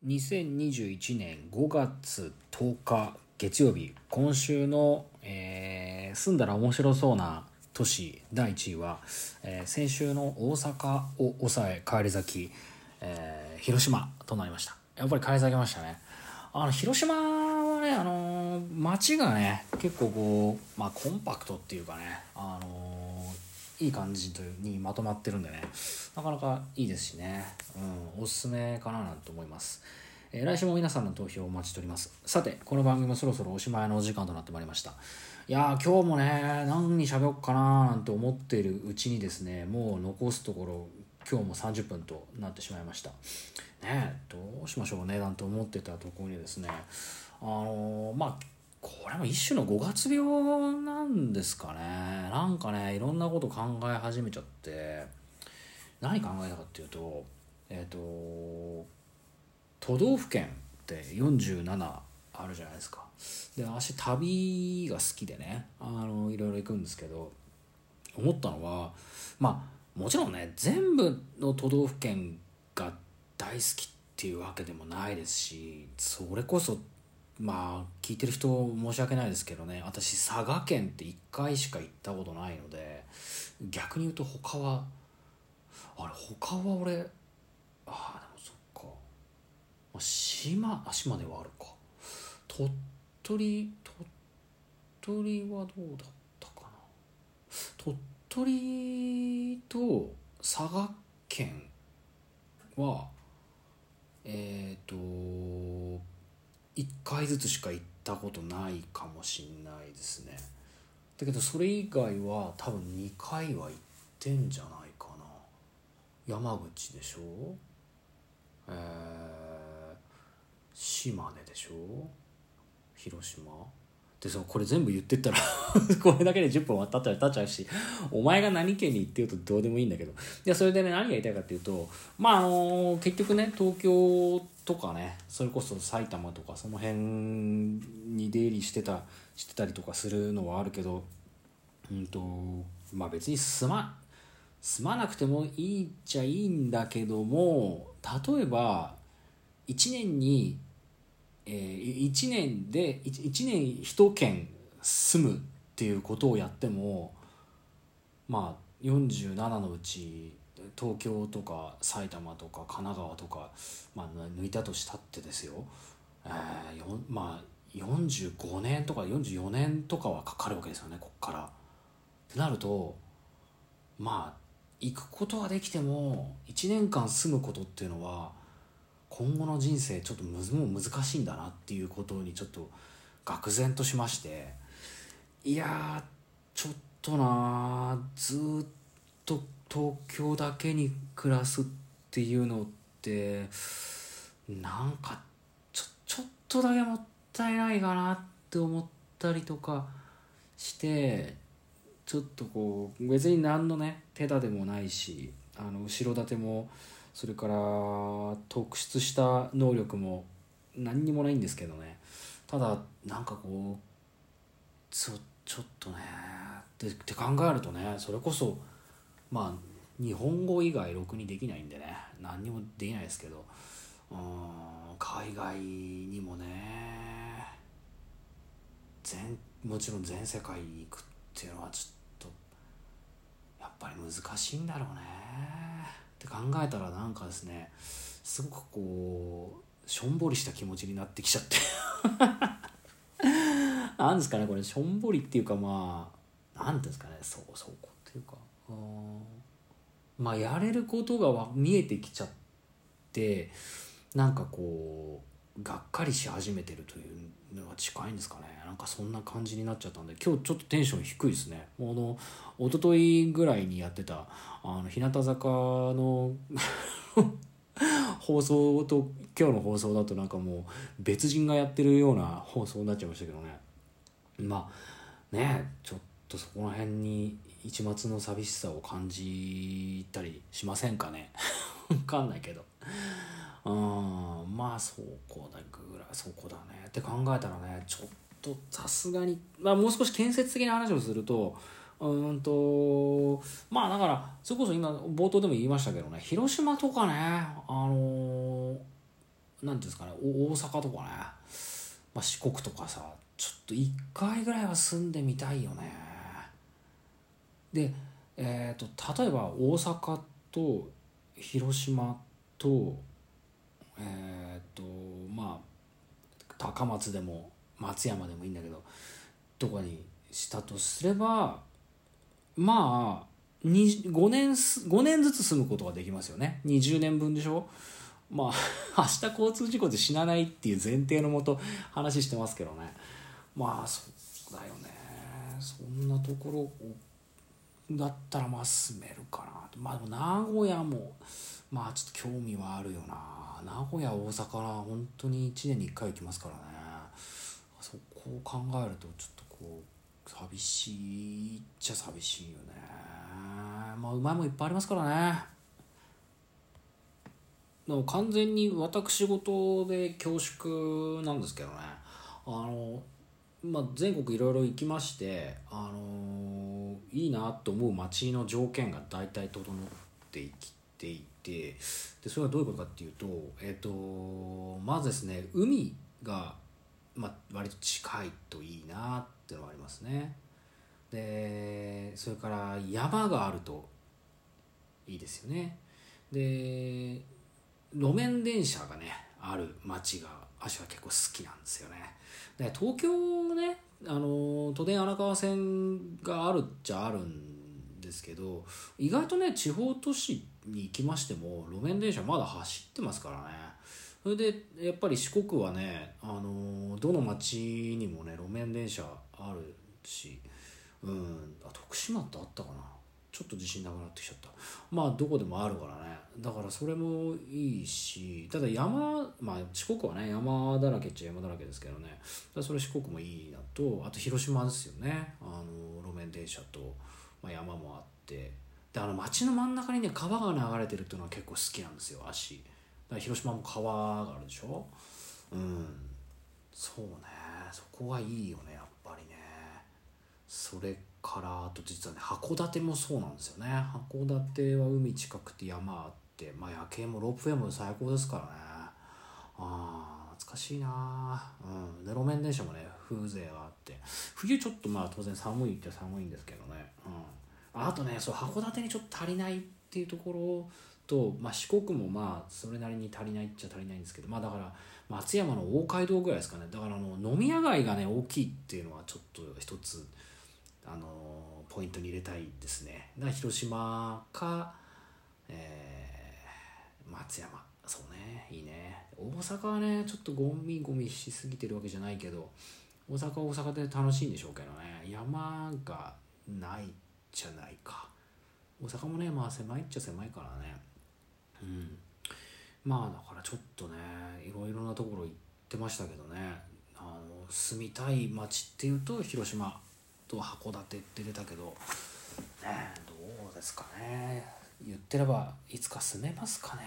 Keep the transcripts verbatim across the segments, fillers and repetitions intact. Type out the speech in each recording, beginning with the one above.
にせんにじゅういちねんごがつとおか月曜日、今週の、えー住んだら面白そうな都市だいいちいは、えー先週の大阪を抑え返り咲き、えー広島となりました。やっぱり返り咲きましたね。あの広島はね、あのー街がね結構こう、まあ、コンパクトっていうかね、あのーいい感じというにまとまってるんでね、なかなかいいですしね、うん、おすすめかななんて思います。えー来週も皆さんの投票をお待ちしております。さて、この番組もそろそろおしまいのお時間となってまいりました。いやー、今日もね、何に喋ろうかななんて思っているうちにですね、もう残すところ今日もさんじゅっぷんとなってしまいました。ねえ、どうしましょうねなんて思ってたところにですね、あのーまあこれも一種のごがつ病なんですかね。なんかね、いろんなこと考え始めちゃって、何考えたかっていうと、えっ、と都道府県ってよんじゅうななあるじゃないですか。で、私旅が好きでね、あのいろいろ行くんですけど、思ったのは、まあもちろんね、全部の都道府県が大好きっていうわけでもないですし、それこそまあ聞いてる人申し訳ないですけどね、私佐賀県っていっかいしか行ったことないので、逆に言うと他はあれ他は俺ああでもそっか、まあ島あ島ではあるか、鳥取鳥取はどうだったかな。鳥取と佐賀県はえっ、といっかいずつしか行ったことないかもしんないですね。だけどそれ以外は多分にかいは行ってんじゃないかな。山口でしょ、えー、島根でしょ、広島で、そのこれ全部言ってったらこれだけでじゅっぷん終わったったら経っちゃうし、お前が何県に行ってよとどうでもいいんだけど、いやそれでね、何が言いたいかっていうと、まああの結局ね、東京とかね、それこそ埼玉とかその辺に出入りしてたしてたりとかするのはあるけど、うんとまあ別に住ま住まなくてもいいっちゃいいんだけども、例えばいちねんにえー、いちねんで 1, 1年いち県住むっていうことをやっても、まあよんじゅうななのうち東京とか埼玉とか神奈川とか、まあ、抜いたとしたってですよ、えー、よまあよんじゅうごねんとかよんじゅうよねんとかはかかるわけですよね、こっから。ってなると、まあ行くことはできてもいちねんかん住むことっていうのは今後の人生ちょっとむずもう難しいんだなっていうことにちょっと愕然としまして、いやーちょっとな、ずーっと東京だけに暮らすっていうのってなんかちょちょっとだけもったいないかなって思ったりとかして、ちょっとこう別に何のね手立てもないし、あの後ろ盾もそれから特筆した能力も何にもないんですけどね、ただなんかこうちょちょっとねってって考えるとね、それこそまあ日本語以外ろくにできないんでね、何にもできないですけど、うーん海外にもね全もちろん全世界に行くっていうのはちょっとやっぱり難しいんだろうねって考えたら、なんかですね、すごくこうしょんぼりした気持ちになってきちゃってなんですかねこれ、しょんぼりっていうか、まあなんていうんですかね、そうそうこうっていうか、あまあやれることが見えてきちゃって、なんかこうがっかりし始めてるというのが近いんですかね。なんかそんな感じになっちゃったんで、今日ちょっとテンション低いですね。もうあの一昨日ぐらいにやってたあの日向坂の放送と今日の放送だとなんかもう別人がやってるような放送になっちゃいましたけどね。まあね、ちょっとそこら辺に一抹の寂しさを感じたりしませんかねわかんないけど、うん、まあそうこうだぐらいそこだねって考えたらね、ちょっとさすがに、まあ、もう少し建設的な話をすると、うーんとまあだからそれこそ今冒頭でも言いましたけどね、広島とかね、あのー、 なんていうんですかね、お大阪とかね、まあ、四国とかさ、ちょっといっかいぐらいは住んでみたいよね。で、えー、と例えば大阪と広島とえっ、とまあ高松でも松山でもいいんだけど、どこにしたとすれば、まあごねんすごねんずつ住むことができますよね。にじゅうねんぶんでしょ。まあ明日交通事故で死なないっていう前提のもと話してますけどね。まあそうだよね。そんなところだったらまあ住めるかなと。まあでも名古屋もまあちょっと興味はあるよな。名古屋大阪は本当にいちねんにいっかい行きますからね。そこを考えるとちょっとこう寂しいっちゃ寂しいよね。まあうまいもんいっぱいありますからね。でも完全に私事で恐縮なんですけどね、あの、まあ、全国いろいろ行きまして、あのいいなと思う街の条件が大体整ってきていて、でそれはどういうことかっていうと、えっとまずですね、海が、まあ、割と近いといいなっていうのがありますね。でそれから山があるといいですよね。で路面電車がねある街が私は結構好きなんですよね。で東京ね、あの都電荒川線があるっちゃあるんですけど、意外とね地方都市に行きましても路面電車まだ走ってますからね。それでやっぱり四国はね、あのどの町にもね路面電車あるし、うん、あ徳島ってあったかな、ちょっと自信なくなってきちゃった。まあどこでもあるからね、だからそれもいいし、ただ山、まあ四国はね山だらけっちゃ山だらけですけどね、だからそれ四国もいいなと、あと広島ですよね、あの路面電車と、まあ、山もあって、であの街の真ん中にね川が流れてるっていうのは結構好きなんですよ、足。だから広島も川があるでしょ。うん、そうね、そこがいいよねやっぱりね。それからあと実はね函館もそうなんですよね。函館は海近くて山あって、まあ、夜景もロープウェイも最高ですからね。あー懐かしいな。うん、で路面電車もね風情があって、冬ちょっとまあ当然寒いって寒いんですけどね、うん、あとねそう函館にちょっと足りないっていうところと、まあ、四国もまあそれなりに足りないっちゃ足りないんですけど、まあだから松山の大街道ぐらいですかね。だからあの飲み屋街がね大きいっていうのはちょっと一つあのポイントに入れたいですね。だから広島か、えー、松山、そうね、いいね。大阪はねちょっとゴミゴミしすぎてるわけじゃないけど、大阪は大阪で楽しいんでしょうけどね、山がないじゃないか。大阪もねまあ狭いっちゃ狭いからね。うん、まあだからちょっとねいろいろなところ行ってましたけどね、あの住みたい街っていうと広島と函館って出たけどね、どうですかね。言ってればいつか住めますかね。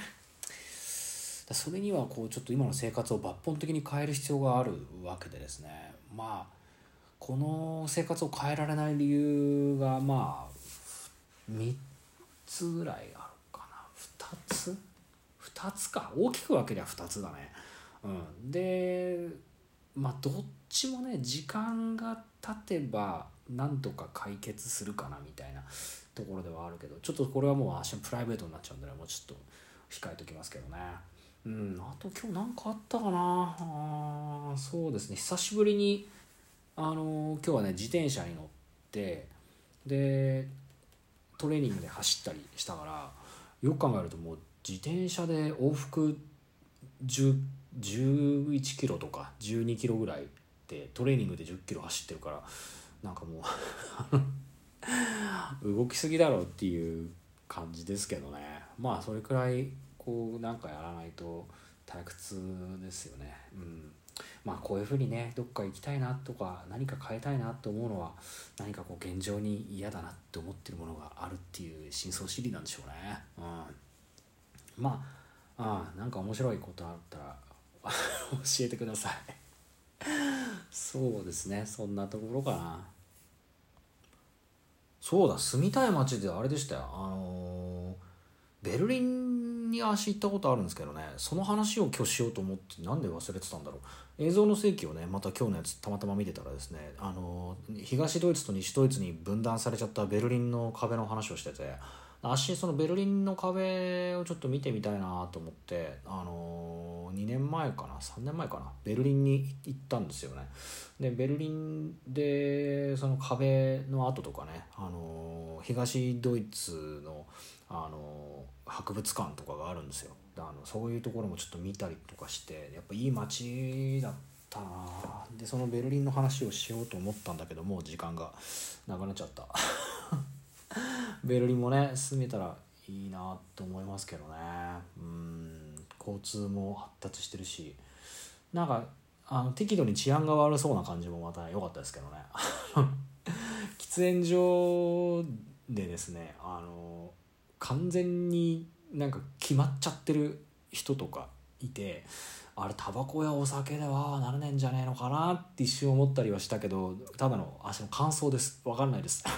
それにはこうちょっと今の生活を抜本的に変える必要があるわけでですね、まあこの生活を変えられない理由がまあみっつぐらいあるかな。ふたつふたつか、大きく分けりゃふたつだね。うん、でまあどっちもね時間が経てばなんとか解決するかなみたいなところではあるけど、ちょっとこれはもう私のプライベートになっちゃうんで、ね、もうちょっと控えときますけどね。うん、あと今日何かあったかなあ。そうですね、久しぶりにあの今日はね自転車に乗ってでトレーニングで走ったりしたから、よく考えるともう自転車で往復じゅう、じゅういちキロとかじゅうにキロぐらいでトレーニングでじゅっキロ走ってるから、なんかもう動きすぎだろうっていう感じですけどね。まあそれくらいこうなんかやらないと退屈ですよね。うん、まあこういうふうにねどっか行きたいなとか何か変えたいなと思うのは、何かこう現状に嫌だなって思ってるものがあるっていう深層心理なんでしょうね。うん、まああなんか面白いことあったら教えてください。そうですね、そんなところかな。そうだ、住みたい街であれでしたよ、あのベルリンに足行ったことあるんですけどね、その話を今日しようと思ってなんで忘れてたんだろう。映像の世紀をねまた今日のやつたまたま見てたらですね、あの東ドイツと西ドイツに分断されちゃったベルリンの壁の話をしてて、足そのベルリンの壁をちょっと見てみたいなと思って、あのにねんまえかなさんねんまえかなベルリンに行ったんですよね。でベルリンでその壁の跡とかね、あの東ドイツの、あの博物館とかがあるんですよ。あのそういうところもちょっと見たりとかして、やっぱいい街だったな。でそのベルリンの話をしようと思ったんだけどもう時間がなくなっちゃったベルリンもね住めたらいいなと思いますけどね。うん、交通も発達してるし、なんかあの適度に治安が悪そうな感じもまた良かったですけどね喫煙所でですね、あの完全になんか決まっちゃってる人とかいて、あれタバコやお酒ではならねえんじゃねえのかなって一瞬思ったりはしたけど、ただの足の感想です、分かんないです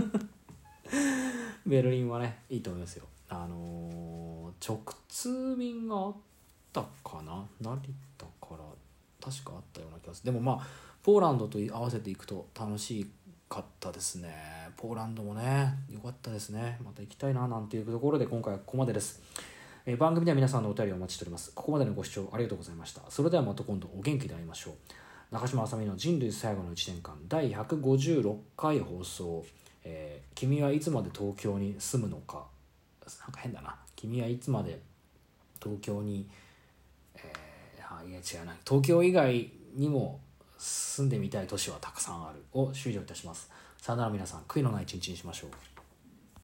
ベルリンはねいいと思いますよ。あのー、直通便があったかな、成田から確かあったような気がする。でもまあポーランドと合わせていくと楽しかったですね。ポーランドもね良かったですね。また行きたいななんていうところで今回はここまでです。えー、番組では皆さんのお便りをお待ちしております。ここまでのご視聴ありがとうございました。それではまた今度お元気で会いましょう。中島あさみの人類最後のいちねんかんだいひゃくごじゅうろっかい放送、えー、君はいつまで東京に住むのか、なんか変だな、君はいつまで東京に、えー、あいや違うな、東京以外にも住んでみたい都市はたくさんあるを終了いたします。さよなら皆さん、悔いのない一日にしましょう。